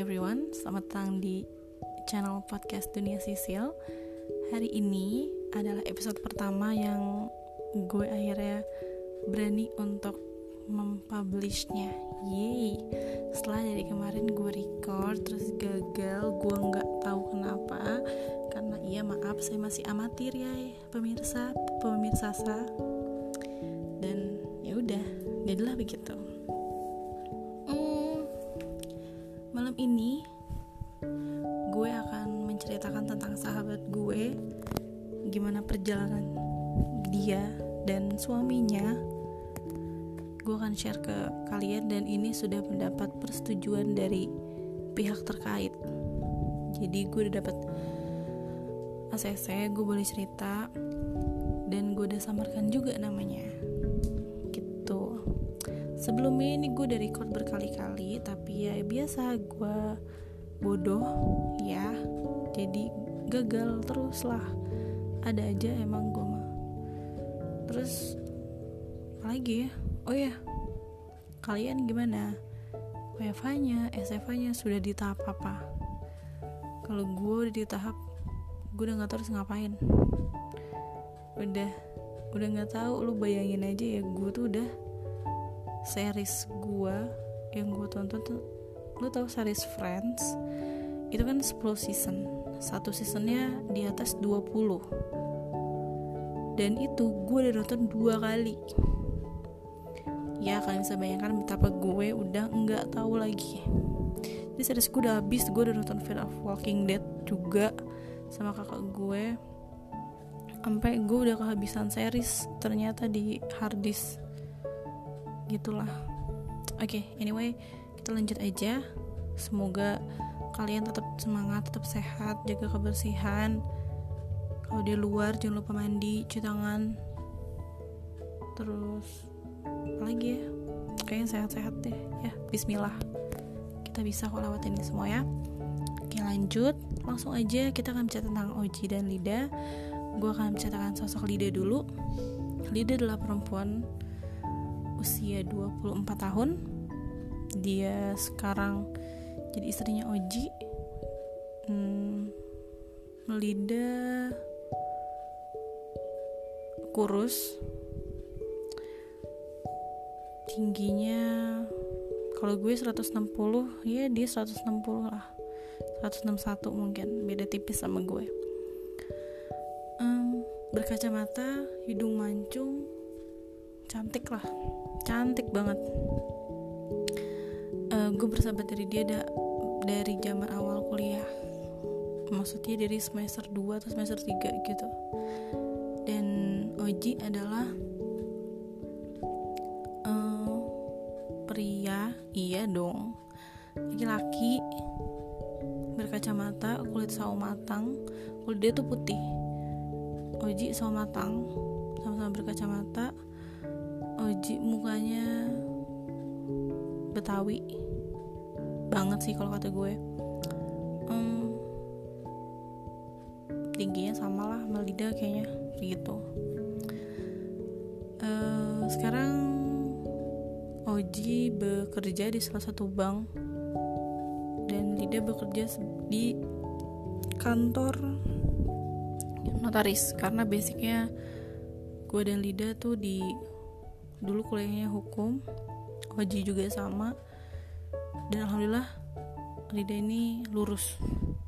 everyone, selamat datang di channel podcast Dunia Sisil. Hari ini adalah episode pertama yang gue akhirnya berani untuk mempublishnya. Yeay. Setelah dari kemarin gue record terus gagal, gue nggak tahu kenapa. Karena maaf, saya masih amatir ya pemirsa sa. Dan ya udah, jadilah begitu. Malam ini gue akan menceritakan tentang sahabat gue, gimana perjalanan dia dan suaminya. Gue akan share ke kalian dan ini sudah mendapat persetujuan dari pihak terkait. Jadi gue udah dapat ACC, gue boleh cerita dan gue udah samarkan juga namanya. Gitu. Sebelumnya ini gue udah record berkali-kali, tapi ya biasa gue bodoh ya, jadi gagal terus lah. Ada aja emang gue mah. Terus apa lagi ya? Oh ya, kalian gimana? WFH-nya, SFH-nya sudah di tahap apa? Kalau gue udah di tahap gue udah nggak tahu harus ngapain. Udah nggak tahu. Lu bayangin aja ya, gue tuh udah series gue yang gue tonton tuh, lu tahu series Friends itu kan 10 season, satu seasonnya di atas 20, dan itu gue udah nonton 2 kali. Ya kalian bisa bayangkan betapa gue udah nggak tahu lagi. Jadi series gue udah habis, gue udah nonton Fear of Walking Dead juga sama kakak gue, sampai gue udah kehabisan series ternyata di harddisk. Gitulah. Oke, anyway, kita lanjut aja. Semoga kalian tetap semangat, tetap sehat, jaga kebersihan. Kalau di luar jangan lupa mandi, cuci tangan. Terus apa lagi ya? Kayaknya sehat-sehat deh. Ya, bismillah. Kita bisa kok lewatin ini semua ya. Oke, lanjut. Langsung aja kita akan bicara tentang Oji dan Lida. Gue akan menceritakan sosok Lida dulu. Lida adalah perempuan usia 24 tahun. Dia sekarang jadi istrinya Oji. Lida kurus, tingginya kalau gue 160, ya dia 160 lah, 161 mungkin, beda tipis sama gue. Berkacamata, hidung mancung, cantik lah, cantik banget. Gue bersahabat dari dia dari zaman awal kuliah, maksudnya dari semester 2 atau semester 3 gitu. Dan Oji adalah pria, iya dong, laki-laki, berkacamata, kulit sawo matang. Kulit dia tuh putih. Oji sawo matang, sama-sama berkacamata. Oji mukanya Betawi banget sih kalau kata gue. Tingginya sama lah sama Lida kayaknya gitu. Sekarang Oji bekerja di salah satu bank dan Lida bekerja di kantor notaris, karena basicnya gue dan Lida tuh dulu kuliahnya hukum, Oji juga sama, dan alhamdulillah Lida ini lurus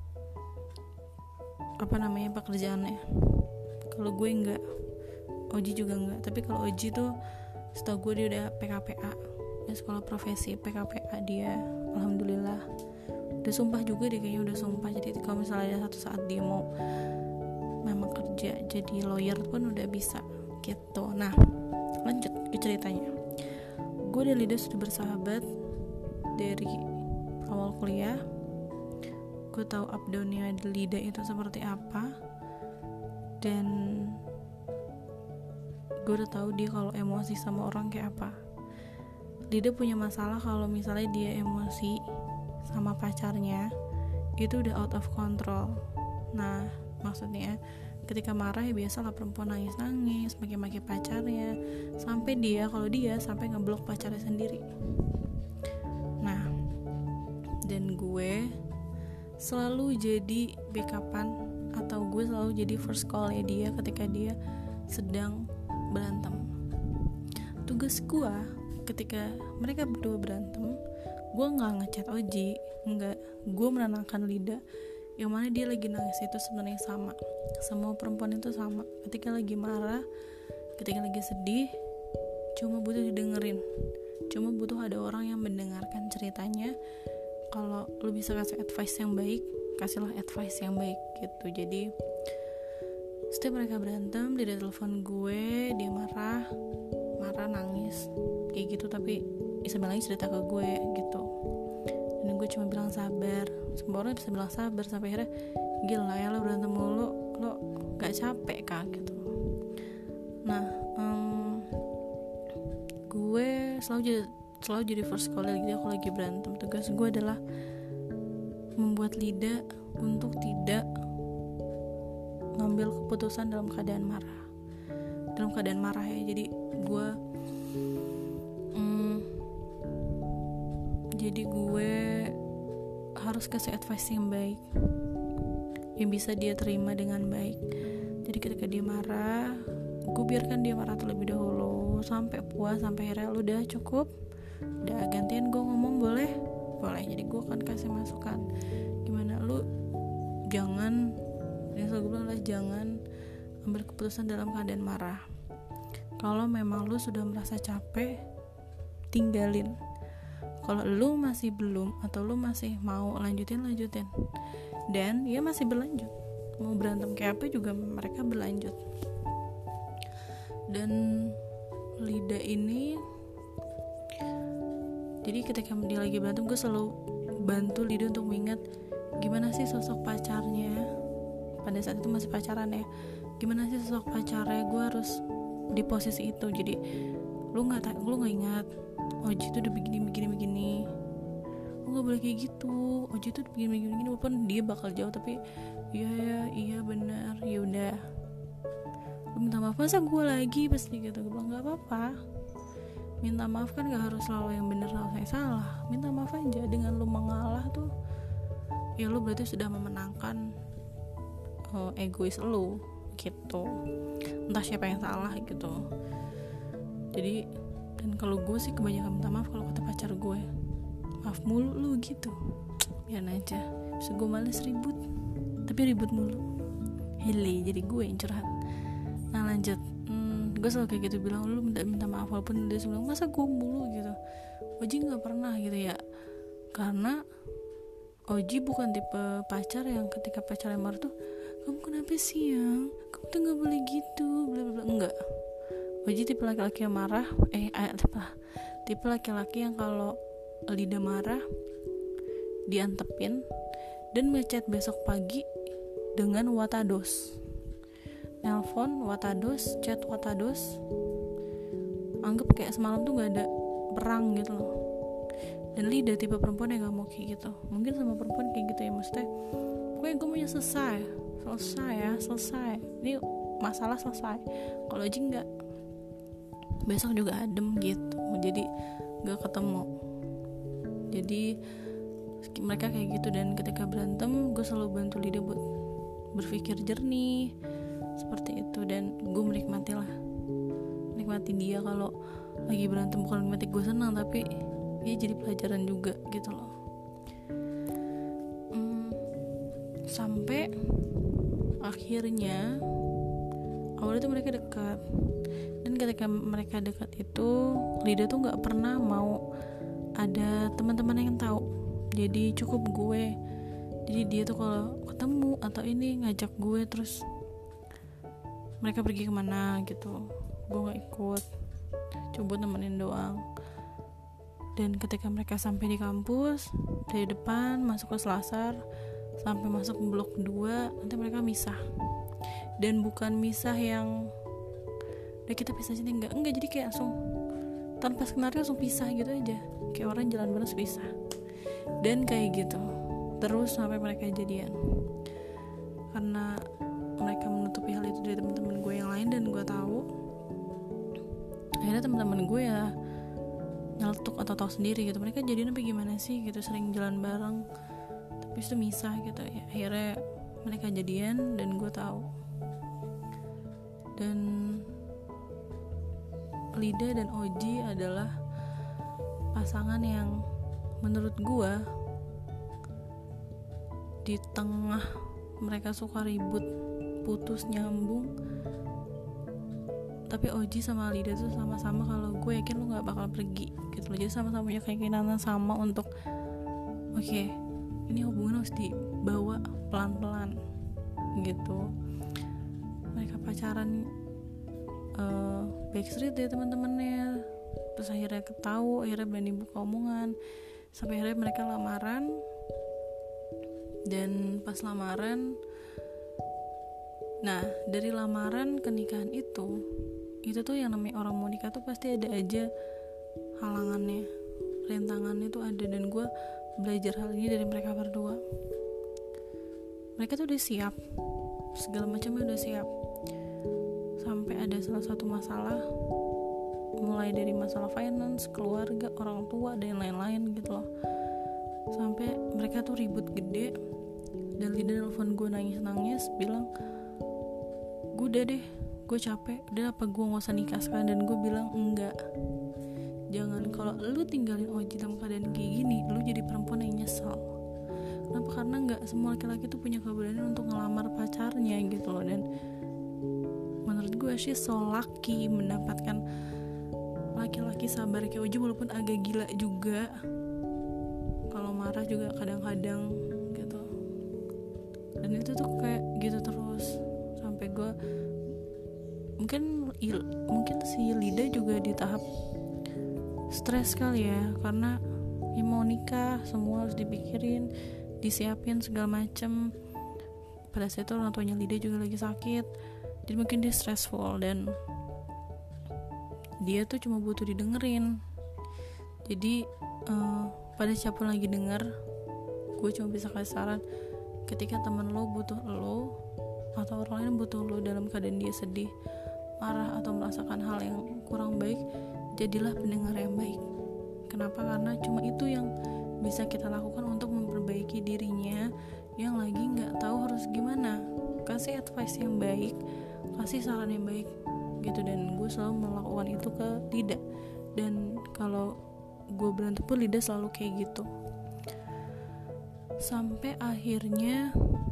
pekerjaannya. Kalau gue enggak, Oji juga enggak. Tapi kalau Oji tuh setahu gue dia udah PKPA, dia sekolah profesi PKPA dia, alhamdulillah. Udah sumpah juga dia, kayaknya udah sumpah. Jadi kalau misalnya ada satu saat dia mau memang kerja jadi lawyer pun udah bisa gitu. Nah, lanjut ke ceritanya. Gue dan Lida sudah bersahabat dari awal kuliah. Gue tahu up down-nya Lida itu seperti apa, dan gue udah tahu dia kalau emosi sama orang kayak apa. Lida punya masalah kalau misalnya dia emosi sama pacarnya itu udah out of control. Nah, maksudnya ketika marah ya biasalah perempuan nangis-nangis, maki-maki pacarnya, sampai dia sampai ngeblok pacarnya sendiri. Nah, dan gue selalu jadi backupan atau gue selalu jadi first call-nya dia ketika dia sedang berantem. Tugas gue ketika mereka berdua berantem, gue nggak ngechat Oji, nggak, gue menenangkan Lida yang mana dia lagi nangis itu sebenarnya sama. Semua perempuan itu sama, ketika lagi marah, ketika lagi sedih, cuma butuh didengerin, cuma butuh ada orang yang mendengarkan ceritanya. Kalau lu bisa kasih advice yang baik, kasihlah advice yang baik gitu. Jadi setiap mereka berantem, dia telepon gue, dia marah nangis kayak gitu, tapi Isabel lagi cerita ke gue gitu, dan gue cuma bilang sabar. Semua orang bisa bilang sabar, sampai akhirnya gila ya lo berantem mulu, lo gak capek kah gitu. Nah gue selalu jadi first call lagi aku lagi berantem. Tugas gue adalah membuat Lida untuk tidak ngambil keputusan dalam keadaan marah ya. Jadi gue harus kasih advice yang baik yang bisa dia terima dengan baik. Jadi ketika dia marah, gue biarkan dia marah terlebih dahulu sampai puas, sampai akhirnya lu udah cukup, udah gantian gue ngomong, boleh. Jadi gue akan kasih masukan, gimana lu jangan, yang selalu gue bilang adalah jangan ambil keputusan dalam keadaan marah. Kalau memang lu sudah merasa capek, tinggalin. Kalau lu masih belum atau lu masih mau lanjutin. Dan ya masih berlanjut, mau berantem kayak apa juga mereka berlanjut. Dan Lida ini, jadi ketika dia lagi berantem, gue selalu bantu Lida untuk mengingat gimana sih sosok pacarnya pada saat itu masih pacaran ya, gimana sih sosok pacarnya. Gue harus di posisi itu. Jadi lu nggak ingat Oji tuh udah begini, lu nggak boleh kayak gitu, Oji tuh begini, walaupun dia bakal jauh, tapi iya benar, ya udah lu minta maaf. Masa gue lagi pasti gitu. Gue bilang nggak apa-apa, minta maaf kan gak harus selalu yang benar atau yang salah. Minta maaf aja. Dengan lu mengalah tuh ya lu berarti sudah memenangkan egois lu gitu, entah siapa yang salah gitu. Jadi, dan kalau gue sih kebanyakan minta maaf. Kalau kata pacar gue, maaf mulu lu gitu, biar aja, bisa gue males ribut, tapi ribut mulu hele, jadi gue yang curhat. Nah lanjut, gue selalu kayak gitu bilang, lu minta maaf, walaupun dia bilang masa gue mulu gitu. Oji nggak pernah gitu ya, karena Oji bukan tipe pacar yang ketika pacarnya marah tuh, kamu kenapa sih yang, kamu tuh nggak boleh gitu, bla bla bla. Enggak, Oji tipe laki-laki yang marah, tipe laki-laki yang kalau Lida marah diantepin dan ngechat besok pagi dengan watados, nelpon watados, chat watados, anggap kayak semalam tuh gak ada perang gitu loh. Dan Lida tipe perempuan yang gak mau kayak gitu. Mungkin sama perempuan kayak gitu ya, maksudnya pokoknya gue maunya selesai, ini masalah selesai. Kalau Oji enggak, besok juga adem gitu, jadi gak ketemu. Jadi mereka kayak gitu. Dan ketika berantem, gue selalu bantu Lida buat berpikir jernih seperti itu. Dan gue menikmati dia kalau lagi berantem. Bukan menikmati gue senang, tapi dia jadi pelajaran juga gitu loh. Sampai akhirnya awalnya tuh mereka dekat. Dan ketika mereka dekat itu, Lida tuh nggak pernah mau ada teman-teman yang tahu. Jadi cukup gue. Jadi dia tuh kalau ketemu atau ini ngajak gue, terus mereka pergi kemana gitu, gue nggak ikut, coba nemenin doang. Dan ketika mereka sampai di kampus, dari depan masuk ke Selasar sampai masuk blok 2, nanti mereka misah. Dan bukan misah yang udah kita pisah sini, enggak, jadi kayak langsung tanpa skenario langsung pisah gitu aja, kayak orang jalan bareng pisah. Dan kayak gitu terus sampai mereka jadian, karena mereka menutupi hal itu dari teman-teman gue yang lain. Dan gue tahu akhirnya teman-teman gue ya nyeletuk atau tahu sendiri gitu mereka jadian apa gimana sih gitu, sering jalan bareng tapi itu misah gitu ya. Akhirnya mereka jadian dan gue tahu. Dan Lida dan Oji adalah pasangan yang menurut gue di tengah mereka suka ribut, putus nyambung, tapi Oji sama Lida tuh sama-sama kalau gue yakin lu gak bakal pergi gitu loh. Jadi sama-sama punya keinginan sama untuk oke, ini hubungan harus dibawa pelan-pelan gitu. Mereka pacaran backstreet ya teman-temannya, terus akhirnya ketahu, akhirnya berani buka omongan, sampai akhirnya mereka lamaran. Dan pas lamaran, nah dari lamaran ke nikahan itu tuh yang namanya orang mau nikah tuh pasti ada aja halangannya, rintangannya tuh ada. Dan gue belajar hal ini dari mereka berdua. Mereka tuh udah siap, segala macamnya udah siap. Sampai ada salah satu masalah, mulai dari masalah finance, keluarga, orang tua, dan lain-lain gitu loh. Sampai mereka tuh ribut gede. Dan Lida nelfon gue nangis-nangis bilang, gue udah deh, gue capek, udah apa gue gak usah nikah sekarang. Dan gue bilang enggak, jangan. Kalau lu tinggalin Oji dalam keadaan kayak gini, lu jadi perempuan yang nyesal. Kenapa? Karena gak semua laki-laki tuh punya keberanian untuk ngelamar pacarnya gitu loh. Dan menurut gue sih so lucky mendapatkan laki-laki sabar kayak Oji, walaupun agak gila juga, kalau marah juga kadang-kadang gitu. Dan itu tuh kayak gitu terus sampai gue mungkin si Lida juga di tahap stres kali ya, karena ya mau nikah semua harus dipikirin, disiapin segala macem. Pada saat itu orang tuanya Lida juga lagi sakit, jadi mungkin dia stressful dan dia tuh cuma butuh didengerin. Jadi pada siapapun lagi denger, gue cuma bisa kasih saran, ketika teman lo butuh lo atau orang lain butuh lo dalam keadaan dia sedih, marah atau merasakan hal yang kurang baik, jadilah pendengar yang baik. Kenapa? Karena cuma itu yang bisa kita lakukan untuk memperbaiki dirinya yang lagi gak tahu harus gimana. Kasih advice yang baik, kasih saran yang baik gitu. Dan gue selalu melakukan itu ke Lida, dan kalau gue berantem pun Lida selalu kayak gitu. Sampai akhirnya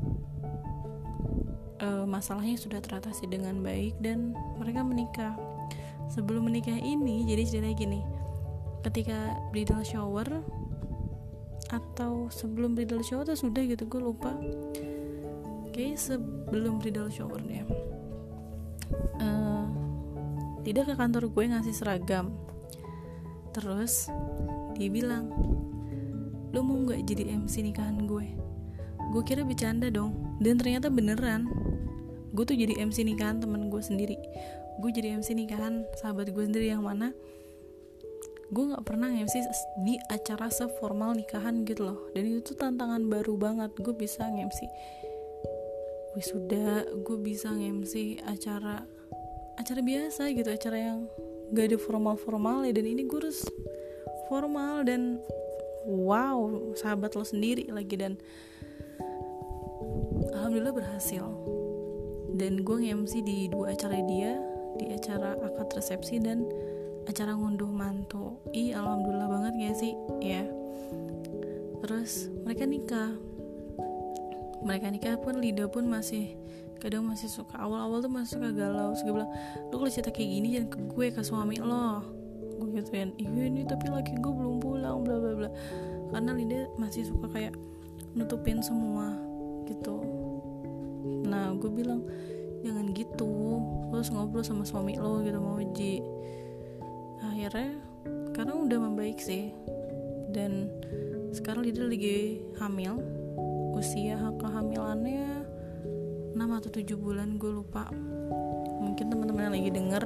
masalahnya sudah teratasi dengan baik dan mereka menikah. Sebelum menikah ini, jadi ceritanya gini, ketika bridal shower atau sebelum bridal shower atau sudah gitu, gue lupa, kayak sebelum bridal shower deh, Lida ke kantor gue ngasih seragam. Terus dia bilang, lo mau gak jadi MC nikahan gue? Gue kira bercanda dong, dan ternyata beneran. Gue tuh jadi MC nikahan temen gue sendiri. Gue jadi MC nikahan sahabat gue sendiri, yang mana gue gak pernah MC di acara seformal nikahan gitu loh. Dan itu tuh tantangan baru banget. Gue bisa MC wisuda, gue bisa MC acara biasa gitu, acara yang gak ada formal-formal ya. Dan ini gue harus formal dan wow, sahabat lo sendiri lagi. Dan alhamdulillah berhasil. Dan gue nge-MC di 2 acara dia, di acara akad resepsi dan acara ngunduh mantu. Alhamdulillah banget gak sih ya. Terus mereka nikah pun Lida pun masih kadang masih suka, awal-awal tuh masih suka galau. Terus gue bilang, lu kalau cerita kayak gini jangan ke gue, ke suami lo, gue gituin. Iya ini tapi laki gue belum pulang bla bla bla. Karena Lida masih suka kayak nutupin semua gitu. Nah gue bilang, jangan gitu, lo harus ngobrol sama suami lo gitu, mau Oji. Akhirnya karena udah membaik sih, dan sekarang Lida lagi hamil, usia kehamilannya 6 atau 7 bulan, gue lupa. Mungkin teman-teman yang lagi denger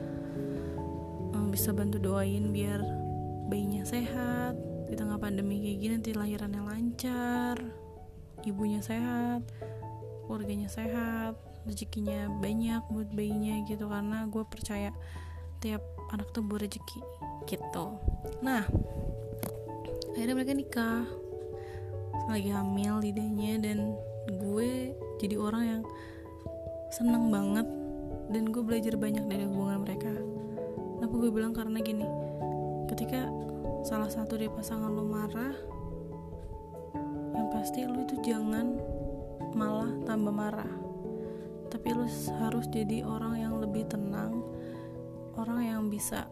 bisa bantu doain biar bayinya sehat di tengah pandemi kayak gini, nanti lahirannya lancar, ibunya sehat, keluarganya sehat, rezekinya banyak buat bayinya gitu. Karena gue percaya setiap anak tuh berrezeki gitu. Nah, akhirnya mereka nikah, lagi hamil lidahnya, dan gue jadi orang yang seneng banget dan gue belajar banyak dari hubungan mereka. Kenapa gue bilang? Karena gini, ketika salah satu dari pasangan lo marah, yang pasti lo itu jangan malah tambah marah, tapi lo harus jadi orang yang lebih tenang, orang yang bisa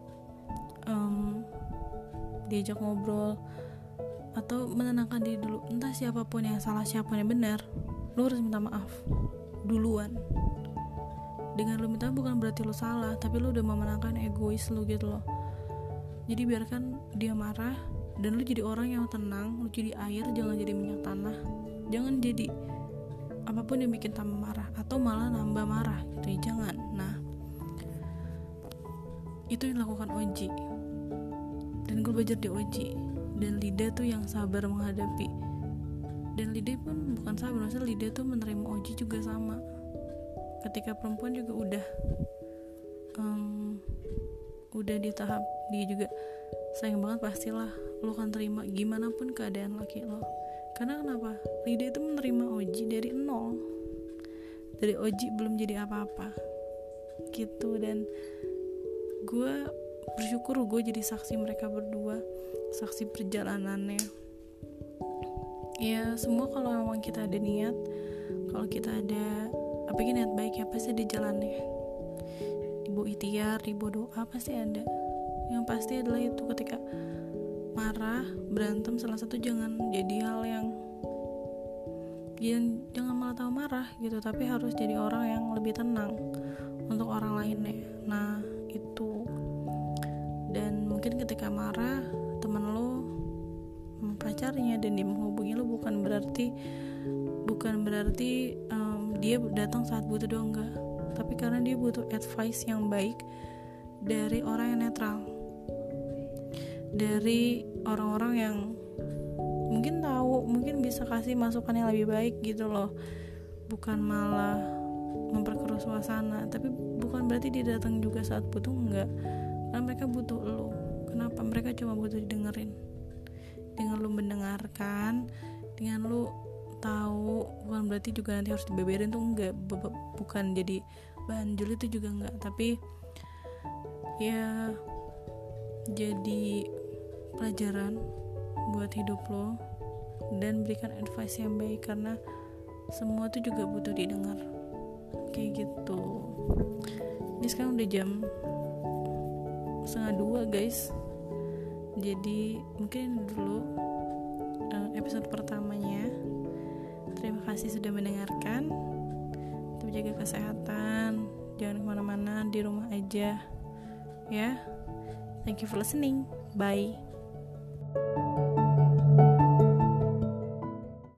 diajak ngobrol atau menenangkan diri dulu. Entah siapapun yang salah, siapapun yang benar, lo harus minta maaf duluan. Dengan lo minta bukan berarti lo salah, tapi lo udah memenangkan egois lo gitu loh. Jadi biarkan dia marah, dan lo jadi orang yang tenang. Lo jadi air, jangan jadi minyak tanah. Jangan jadi apapun yang bikin tambah marah atau malah nambah marah gitu ya, jangan. Nah, itu yang dilakukan Oji, dan gue belajar di Oji. Dan Lida tuh yang sabar menghadapi, dan Lida pun bukan sabar, maksudnya Lida tuh menerima Oji juga sama. Ketika perempuan juga udah di tahap dia juga sayang banget, pastilah lo kan terima gimana pun keadaan laki lo. Karena kenapa? Lida itu menerima Oji dari nol, dari Oji belum jadi apa-apa gitu. Dan gue bersyukur gue jadi saksi mereka berdua, saksi perjalanannya. Ya semua kalau memang kita ada niat, kalau kita ada niat baik ya pasti ada jalannya. Ibu ikhtiar, ibu doa pasti ada. Yang pasti adalah itu, ketika marah, berantem, salah satu jangan jadi hal yang jangan malah tahu marah gitu, tapi harus jadi orang yang lebih tenang untuk orang lainnya. Nah itu. Dan mungkin ketika marah teman lo pacarnya dan dia menghubungi lo, bukan berarti dia datang saat butuh doang, enggak, tapi karena dia butuh advice yang baik dari orang yang netral, dari orang-orang yang mungkin tahu, mungkin bisa kasih masukan yang lebih baik gitu loh, bukan malah memperkeruh suasana. Tapi bukan berarti dia datang juga saat butuh, enggak, karena mereka butuh lo. Kenapa? Mereka cuma butuh didengerin. Dengan lo mendengarkan, dengan lo tahu, bukan berarti juga nanti harus dibeberin tuh, enggak, bukan jadi banjul itu juga enggak, tapi ya jadi pelajaran buat hidup lo, dan berikan advice yang baik, karena semua tuh juga butuh didengar kayak gitu. Ini sekarang udah jam 1:30 guys, jadi mungkin dulu episode pertamanya. Terima kasih sudah mendengarkan. Tetap jaga kesehatan, jangan kemana-mana, di rumah aja ya. Thank you for listening. Bye.